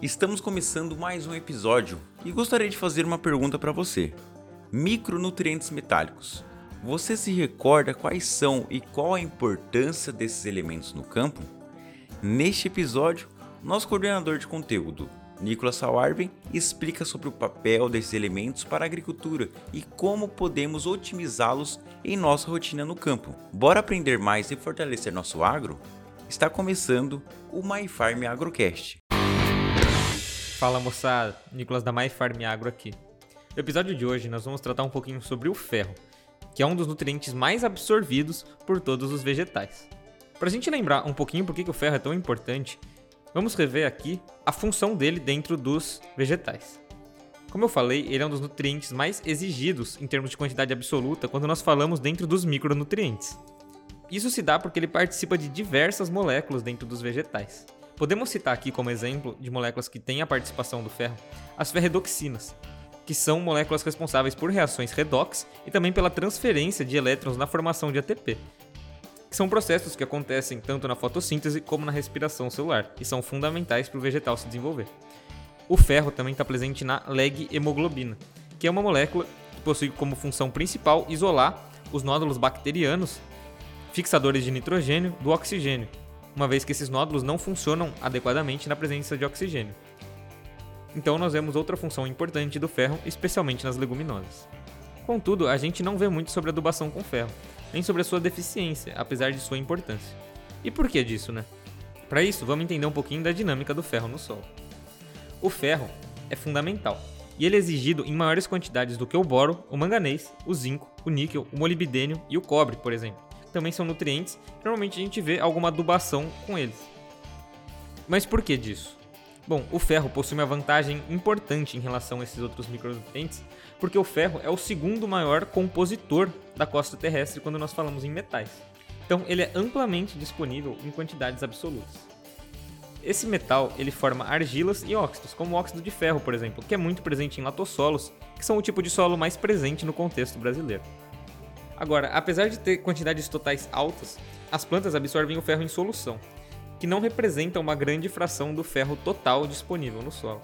Estamos começando mais um episódio e gostaria de fazer uma pergunta para você. Micronutrientes metálicos. Você se recorda quais são e qual a importância desses elementos no campo? Neste episódio, nosso coordenador de conteúdo, Nicolas Sauarben, explica sobre o papel desses elementos para a agricultura e como podemos otimizá-los em nossa rotina no campo. Bora aprender mais e fortalecer nosso agro? Está começando o MyFarm Agrocast. Fala moçada, Nicolas da MyFarm Agro aqui. No episódio de hoje nós vamos tratar um pouquinho sobre o ferro, que é um dos nutrientes mais absorvidos por todos os vegetais. Para a gente lembrar um pouquinho por que o ferro é tão importante, vamos rever aqui a função dele dentro dos vegetais. Como eu falei, ele é um dos nutrientes mais exigidos em termos de quantidade absoluta quando nós falamos dentro dos micronutrientes. Isso se dá porque ele participa de diversas moléculas dentro dos vegetais. Podemos citar aqui como exemplo de moléculas que têm a participação do ferro, as ferredoxinas, que são moléculas responsáveis por reações redox e também pela transferência de elétrons na formação de ATP, que são processos que acontecem tanto na fotossíntese como na respiração celular e são fundamentais para o vegetal se desenvolver. O ferro também está presente na leg-hemoglobina, que é uma molécula que possui como função principal isolar os nódulos bacterianos fixadores de nitrogênio do oxigênio, uma vez que esses nódulos não funcionam adequadamente na presença de oxigênio. Então nós vemos outra função importante do ferro, especialmente nas leguminosas. Contudo, a gente não vê muito sobre adubação com ferro, nem sobre a sua deficiência, apesar de sua importância. E por que disso, né? Para isso, vamos entender um pouquinho da dinâmica do ferro no solo. O ferro é fundamental, e ele é exigido em maiores quantidades do que o boro, o manganês, o zinco, o níquel, o molibdênio e o cobre, por exemplo. Também são nutrientes, normalmente a gente vê alguma adubação com eles. Mas por que disso? Bom, o ferro possui uma vantagem importante em relação a esses outros micronutrientes, porque o ferro é o segundo maior compositor da crosta terrestre quando nós falamos em metais. Então ele é amplamente disponível em quantidades absolutas. Esse metal ele forma argilas e óxidos, como o óxido de ferro, por exemplo, que é muito presente em latossolos, que são o tipo de solo mais presente no contexto brasileiro. Agora, apesar de ter quantidades totais altas, as plantas absorvem o ferro em solução, que não representa uma grande fração do ferro total disponível nos solos.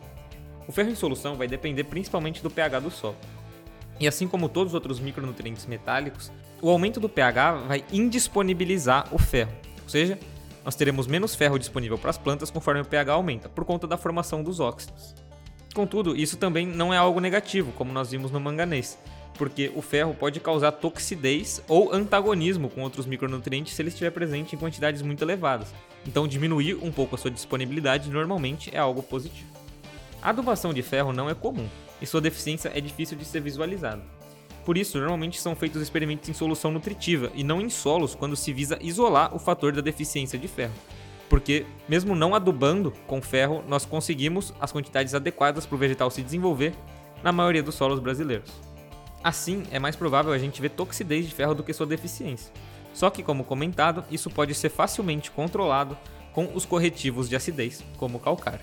O ferro em solução vai depender principalmente do pH do solo. E assim como todos os outros micronutrientes metálicos, o aumento do pH vai indisponibilizar o ferro, ou seja, nós teremos menos ferro disponível para as plantas conforme o pH aumenta, por conta da formação dos óxidos. Contudo, isso também não é algo negativo, como nós vimos no manganês, porque o ferro pode causar toxidez ou antagonismo com outros micronutrientes se ele estiver presente em quantidades muito elevadas. Então, diminuir um pouco a sua disponibilidade normalmente é algo positivo. A adubação de ferro não é comum e sua deficiência é difícil de ser visualizada. Por isso, normalmente são feitos experimentos em solução nutritiva e não em solos quando se visa isolar o fator da deficiência de ferro. Porque, mesmo não adubando com ferro, nós conseguimos as quantidades adequadas para o vegetal se desenvolver na maioria dos solos brasileiros. Assim, é mais provável a gente ver toxidez de ferro do que sua deficiência. Só que, como comentado, isso pode ser facilmente controlado com os corretivos de acidez, como o calcário.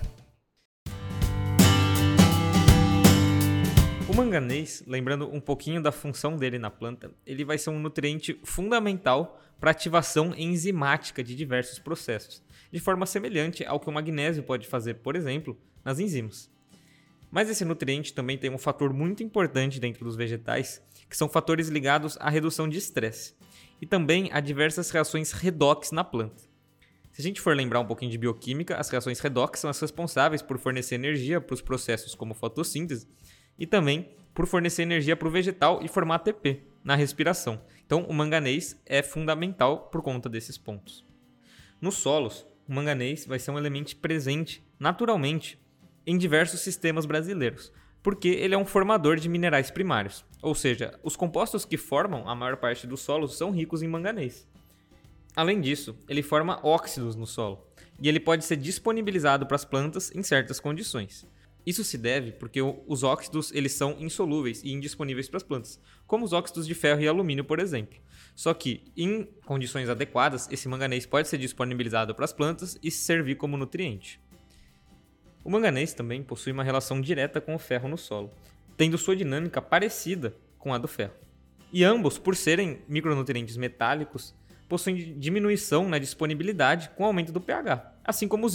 O manganês, lembrando um pouquinho da função dele na planta, ele vai ser um nutriente fundamental para a ativação enzimática de diversos processos, de forma semelhante ao que o magnésio pode fazer, por exemplo, nas enzimas. Mas esse nutriente também tem um fator muito importante dentro dos vegetais, que são fatores ligados à redução de estresse e também a diversas reações redox na planta. Se a gente for lembrar um pouquinho de bioquímica, as reações redox são as responsáveis por fornecer energia para os processos como fotossíntese e também por fornecer energia para o vegetal e formar ATP na respiração. Então, o manganês é fundamental por conta desses pontos. Nos solos, o manganês vai ser um elemento presente naturalmente em diversos sistemas brasileiros, porque ele é um formador de minerais primários, ou seja, os compostos que formam a maior parte dos solos são ricos em manganês. Além disso, ele forma óxidos no solo, e ele pode ser disponibilizado para as plantas em certas condições. Isso se deve porque os óxidos eles são insolúveis e indisponíveis para as plantas, como os óxidos de ferro e alumínio, por exemplo. Só que, em condições adequadas, esse manganês pode ser disponibilizado para as plantas e servir como nutriente. O manganês também possui uma relação direta com o ferro no solo, tendo sua dinâmica parecida com a do ferro. E ambos, por serem micronutrientes metálicos, possuem diminuição na disponibilidade com o aumento do pH, assim como o zinco.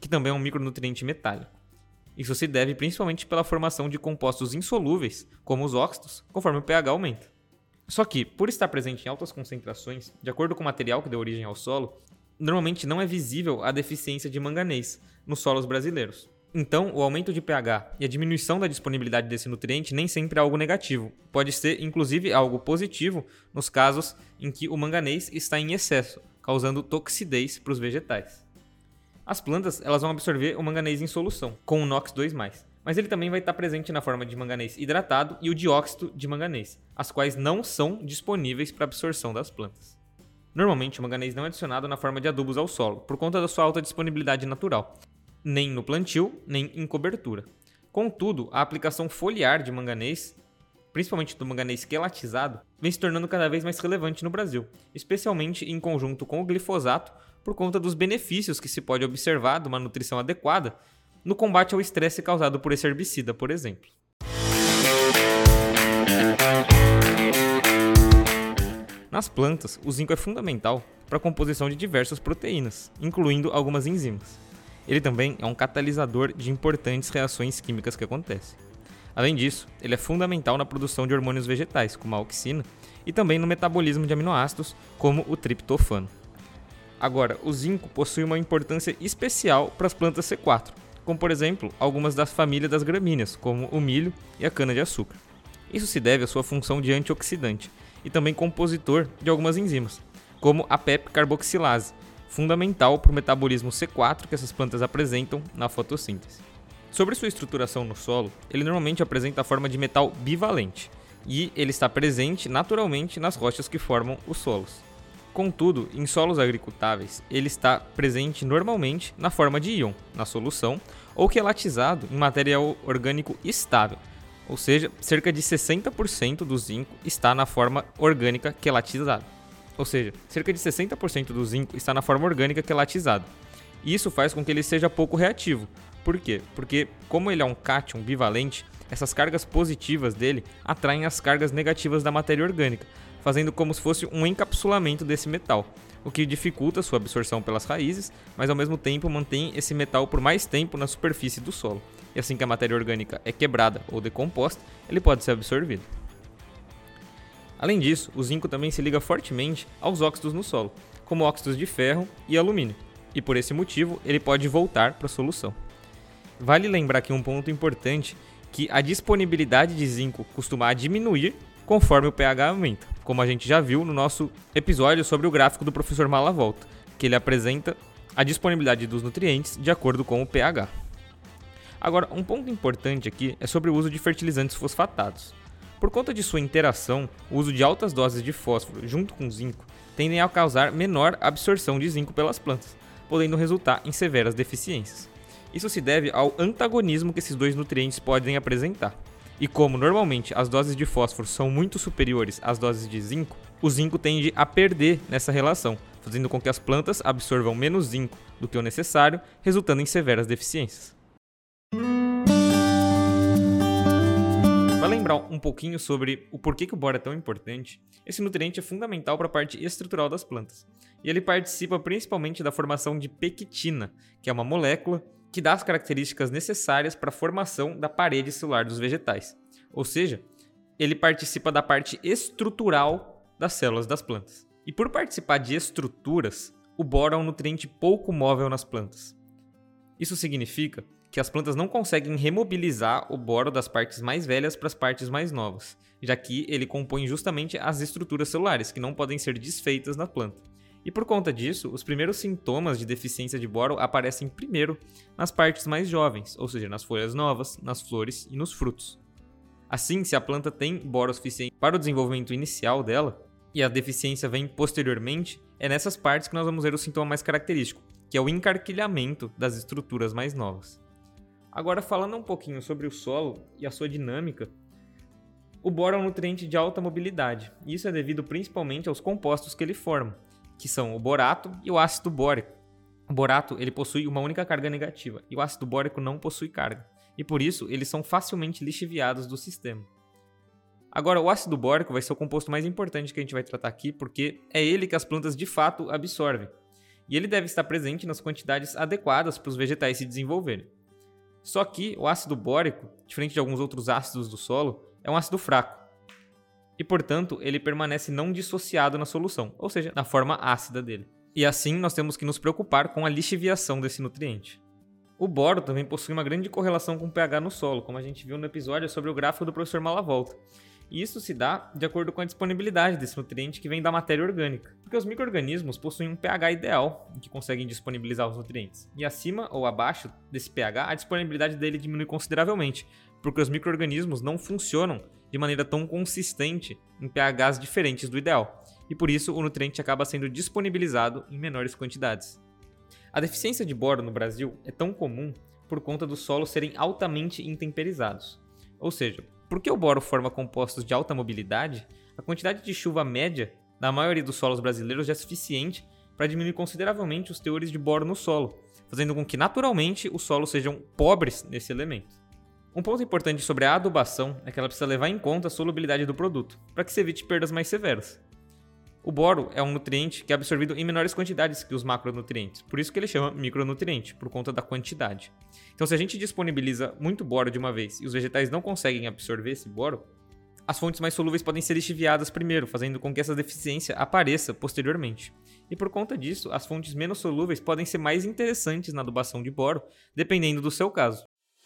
que também é um micronutriente metálico. Isso se deve principalmente pela formação de compostos insolúveis, como os óxidos, conforme o pH aumenta. Só que, por estar presente em altas concentrações, de acordo com o material que deu origem ao solo, normalmente não é visível a deficiência de manganês nos solos brasileiros. Então, o aumento de pH e a diminuição da disponibilidade desse nutriente nem sempre é algo negativo. Pode ser, inclusive, algo positivo nos casos em que o manganês está em excesso, causando toxidez para os vegetais. As plantas elas vão absorver o manganês em solução, com o NOx 2+, mas ele também vai estar presente na forma de manganês hidratado e o dióxido de manganês, as quais não são disponíveis para absorção das plantas. Normalmente, o manganês não é adicionado na forma de adubos ao solo, por conta da sua alta disponibilidade natural, nem no plantio, nem em cobertura. Contudo, a aplicação foliar de manganês, principalmente do manganês quelatizado, vem se tornando cada vez mais relevante no Brasil, especialmente em conjunto com o glifosato, por conta dos benefícios que se pode observar de uma nutrição adequada no combate ao estresse causado por esse herbicida, por exemplo. Nas plantas, o zinco é fundamental para a composição de diversas proteínas, incluindo algumas enzimas. Ele também é um catalisador de importantes reações químicas que acontecem. Além disso, ele é fundamental na produção de hormônios vegetais, como a auxina, e também no metabolismo de aminoácidos, como o triptofano. Agora, o zinco possui uma importância especial para as plantas C4, como por exemplo, algumas das famílias das gramíneas, como o milho e a cana-de-açúcar. Isso se deve à sua função de antioxidante e também compositor de algumas enzimas, como a PEP-carboxilase, fundamental para o metabolismo C4 que essas plantas apresentam na fotossíntese. Sobre sua estruturação no solo, ele normalmente apresenta a forma de metal bivalente, e ele está presente naturalmente nas rochas que formam os solos. Contudo, em solos agricultáveis, ele está presente normalmente na forma de íon, na solução, ou quelatizado em material orgânico estável, ou seja, cerca de 60% do zinco está na forma orgânica quelatizada. Ou seja, cerca de 60% do zinco está na forma orgânica quelatizada. E isso faz com que ele seja pouco reativo. Por quê? Porque, como ele é um cátion bivalente, essas cargas positivas dele atraem as cargas negativas da matéria orgânica, fazendo como se fosse um encapsulamento desse metal, o que dificulta sua absorção pelas raízes, mas ao mesmo tempo mantém esse metal por mais tempo na superfície do solo. E assim que a matéria orgânica é quebrada ou decomposta, ele pode ser absorvido. Além disso, o zinco também se liga fortemente aos óxidos no solo, como óxidos de ferro e alumínio, e por esse motivo ele pode voltar para a solução. Vale lembrar aqui um ponto importante, que a disponibilidade de zinco costuma diminuir conforme o pH aumenta, como a gente já viu no nosso episódio sobre o gráfico do professor Malavolta, que ele apresenta a disponibilidade dos nutrientes de acordo com o pH. Agora, um ponto importante aqui é sobre o uso de fertilizantes fosfatados. Por conta de sua interação, o uso de altas doses de fósforo junto com zinco tendem a causar menor absorção de zinco pelas plantas, podendo resultar em severas deficiências. Isso se deve ao antagonismo que esses dois nutrientes podem apresentar. E como normalmente as doses de fósforo são muito superiores às doses de zinco, o zinco tende a perder nessa relação, fazendo com que as plantas absorvam menos zinco do que o necessário, resultando em severas deficiências. Para lembrar um pouquinho sobre o porquê que o boro é tão importante, esse nutriente é fundamental para a parte estrutural das plantas. E ele participa principalmente da formação de pectina, que é uma molécula que dá as características necessárias para a formação da parede celular dos vegetais. Ou seja, ele participa da parte estrutural das células das plantas. E por participar de estruturas, o boro é um nutriente pouco móvel nas plantas. Isso significa que as plantas não conseguem remobilizar o boro das partes mais velhas para as partes mais novas, já que ele compõe justamente as estruturas celulares, que não podem ser desfeitas na planta. E por conta disso, os primeiros sintomas de deficiência de boro aparecem primeiro nas partes mais jovens, ou seja, nas folhas novas, nas flores e nos frutos. Assim, se a planta tem boro suficiente para o desenvolvimento inicial dela, e a deficiência vem posteriormente, é nessas partes que nós vamos ver o sintoma mais característico, que é o encarquilhamento das estruturas mais novas. Agora, falando um pouquinho sobre o solo e a sua dinâmica, o boro é um nutriente de alta mobilidade, e isso é devido principalmente aos compostos que ele forma, que são o borato e o ácido bórico. O borato ele possui uma única carga negativa, e o ácido bórico não possui carga, e por isso eles são facilmente lixiviados do sistema. Agora, o ácido bórico vai ser o composto mais importante que a gente vai tratar aqui, porque é ele que as plantas de fato absorvem. e ele deve estar presente nas quantidades adequadas para os vegetais se desenvolverem. Só que o ácido bórico, diferente de alguns outros ácidos do solo, é um ácido fraco e, portanto, ele permanece não dissociado na solução, ou seja, na forma ácida dele. E assim nós temos que nos preocupar com a lixiviação desse nutriente. O boro também possui uma grande correlação com o pH no solo, como a gente viu no episódio sobre o gráfico do professor Malavolta. E isso se dá de acordo com a disponibilidade desse nutriente que vem da matéria orgânica. Porque os micro-organismos possuem um pH ideal em que conseguem disponibilizar os nutrientes. E acima ou abaixo desse pH, a disponibilidade dele diminui consideravelmente, porque os micro-organismos não funcionam de maneira tão consistente em pHs diferentes do ideal. E por isso o nutriente acaba sendo disponibilizado em menores quantidades. A deficiência de boro no Brasil é tão comum por conta dos solos serem altamente intemperizados. Ou seja, porque o boro forma compostos de alta mobilidade, a quantidade de chuva média na maioria dos solos brasileiros já é suficiente para diminuir consideravelmente os teores de boro no solo, fazendo com que naturalmente os solos sejam pobres nesse elemento. Um ponto importante sobre a adubação é que ela precisa levar em conta a solubilidade do produto, para que se evite perdas mais severas. O boro é um nutriente que é absorvido em menores quantidades que os macronutrientes, por isso que ele chama micronutriente, por conta da quantidade. Então, se a gente disponibiliza muito boro de uma vez e os vegetais não conseguem absorver esse boro, as fontes mais solúveis podem ser lixiviadas primeiro, fazendo com que essa deficiência apareça posteriormente. E por conta disso, as fontes menos solúveis podem ser mais interessantes na adubação de boro, dependendo do seu caso.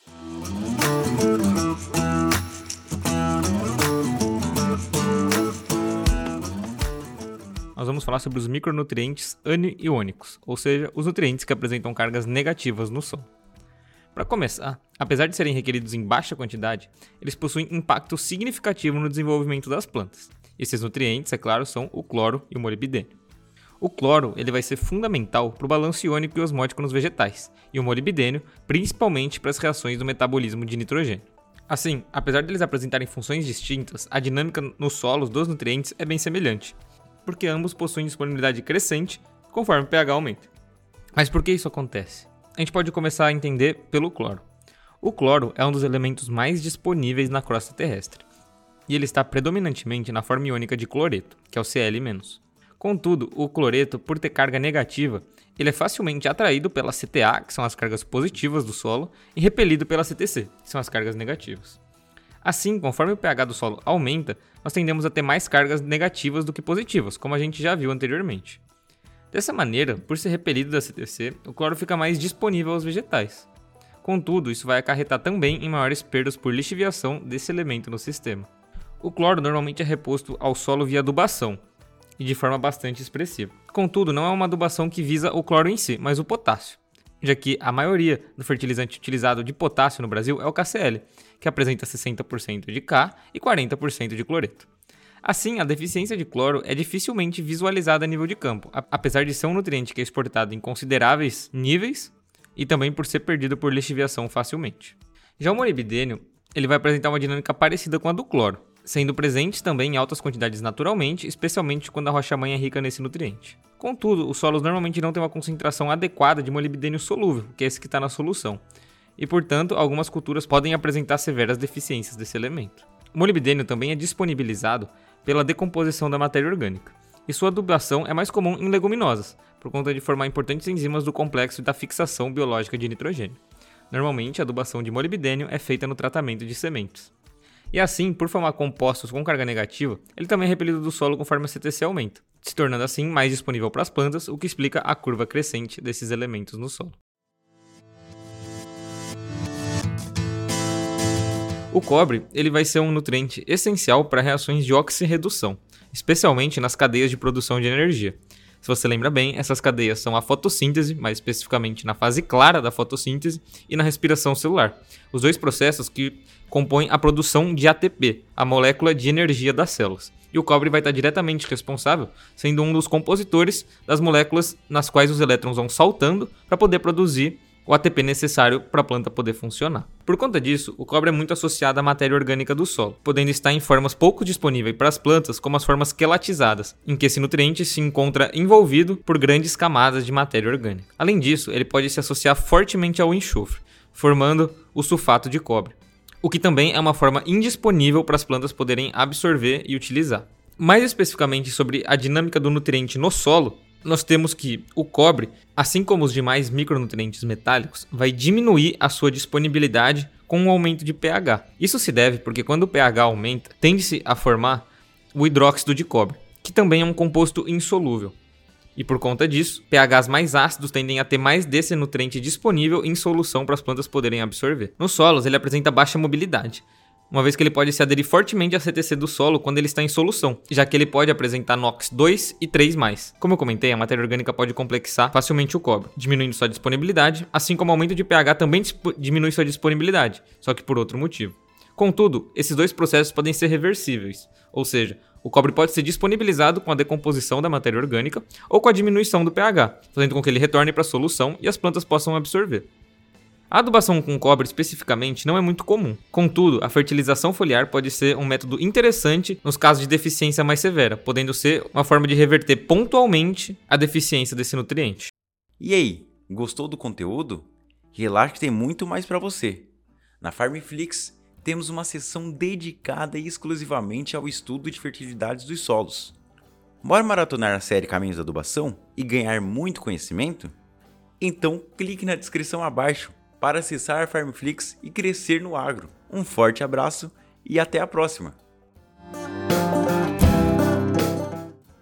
Nós vamos falar sobre os micronutrientes aniônicos, ou seja, os nutrientes que apresentam cargas negativas no solo. Para começar, apesar de serem requeridos em baixa quantidade, eles possuem impacto significativo no desenvolvimento das plantas. Esses nutrientes, é claro, são o cloro e o molibdênio. O cloro ele vai ser fundamental para o balanço iônico e osmótico nos vegetais, e o molibdênio principalmente para as reações do metabolismo de nitrogênio. Assim, apesar de eles apresentarem funções distintas, a dinâmica nos solos dos nutrientes é bem semelhante, porque ambos possuem disponibilidade crescente conforme o pH aumenta. Mas por que isso acontece? A gente pode começar a entender pelo cloro. O cloro é um dos elementos mais disponíveis na crosta terrestre, e ele está predominantemente na forma iônica de cloreto, que é o Cl-. Contudo, o cloreto, por ter carga negativa, ele é facilmente atraído pela CTA, que são as cargas positivas do solo, e repelido pela CTC, que são as cargas negativas. Assim, conforme o pH do solo aumenta, nós tendemos a ter mais cargas negativas do que positivas, como a gente já viu anteriormente. Dessa maneira, por ser repelido da CTC, o cloro fica mais disponível aos vegetais. Contudo, isso vai acarretar também em maiores perdas por lixiviação desse elemento no sistema. O cloro normalmente é reposto ao solo via adubação, e de forma bastante expressiva. Contudo, não é uma adubação que visa o cloro em si, mas o potássio, já que a maioria do fertilizante utilizado de potássio no Brasil é o KCl, que apresenta 60% de K e 40% de cloreto. Assim, a deficiência de cloro é dificilmente visualizada a nível de campo, apesar de ser um nutriente que é exportado em consideráveis níveis e também por ser perdido por lixiviação facilmente. Já o molibdênio, ele vai apresentar uma dinâmica parecida com a do cloro, sendo presente também em altas quantidades naturalmente, especialmente quando a rocha-mãe é rica nesse nutriente. Contudo, os solos normalmente não têm uma concentração adequada de molibdênio solúvel, que é esse que está na solução, e portanto, algumas culturas podem apresentar severas deficiências desse elemento. O molibdênio também é disponibilizado pela decomposição da matéria orgânica, e sua adubação é mais comum em leguminosas, por conta de formar importantes enzimas do complexo da fixação biológica de nitrogênio. Normalmente, a adubação de molibdênio é feita no tratamento de sementes. E assim, por formar compostos com carga negativa, ele também é repelido do solo conforme a CTC aumenta, se tornando assim mais disponível para as plantas, o que explica a curva crescente desses elementos no solo. O cobre ele vai ser um nutriente essencial para reações de oxirredução, especialmente nas cadeias de produção de energia. Se você lembra bem, essas cadeias são a fotossíntese, mais especificamente na fase clara da fotossíntese, e na respiração celular, os dois processos que compõem a produção de ATP, a molécula de energia das células. E o cobre vai estar diretamente responsável, sendo um dos compositores das moléculas nas quais os elétrons vão saltando para poder produzir o ATP necessário para a planta poder funcionar. Por conta disso, o cobre é muito associado à matéria orgânica do solo, podendo estar em formas pouco disponíveis para as plantas, como as formas quelatizadas, em que esse nutriente se encontra envolvido por grandes camadas de matéria orgânica. Além disso, ele pode se associar fortemente ao enxofre, formando o sulfato de cobre, o que também é uma forma indisponível para as plantas poderem absorver e utilizar. Mais especificamente sobre a dinâmica do nutriente no solo, nós temos que o cobre, assim como os demais micronutrientes metálicos, vai diminuir a sua disponibilidade com o aumento de pH. Isso se deve porque quando o pH aumenta, tende-se a formar o hidróxido de cobre, que também é um composto insolúvel. E por conta disso, pHs mais ácidos tendem a ter mais desse nutriente disponível em solução para as plantas poderem absorver. Nos solos, ele apresenta baixa mobilidade, uma vez que ele pode se aderir fortemente à CTC do solo quando ele está em solução, já que ele pode apresentar NOx 2 e 3+. Como eu comentei, a matéria orgânica pode complexar facilmente o cobre, diminuindo sua disponibilidade, assim como o aumento de pH também diminui sua disponibilidade, só que por outro motivo. Contudo, esses dois processos podem ser reversíveis, ou seja, o cobre pode ser disponibilizado com a decomposição da matéria orgânica ou com a diminuição do pH, fazendo com que ele retorne para a solução e as plantas possam absorver. A adubação com cobre especificamente não é muito comum. Contudo, a fertilização foliar pode ser um método interessante nos casos de deficiência mais severa, podendo ser uma forma de reverter pontualmente a deficiência desse nutriente. E aí, gostou do conteúdo? Relaxa que tem muito mais para você. Na Farmflix temos uma seção dedicada exclusivamente ao estudo de fertilidades dos solos. Bora maratonar a série Caminhos da Adubação e ganhar muito conhecimento? Então clique na descrição abaixo para acessar a Farmflix e crescer no agro. Um forte abraço e até a próxima!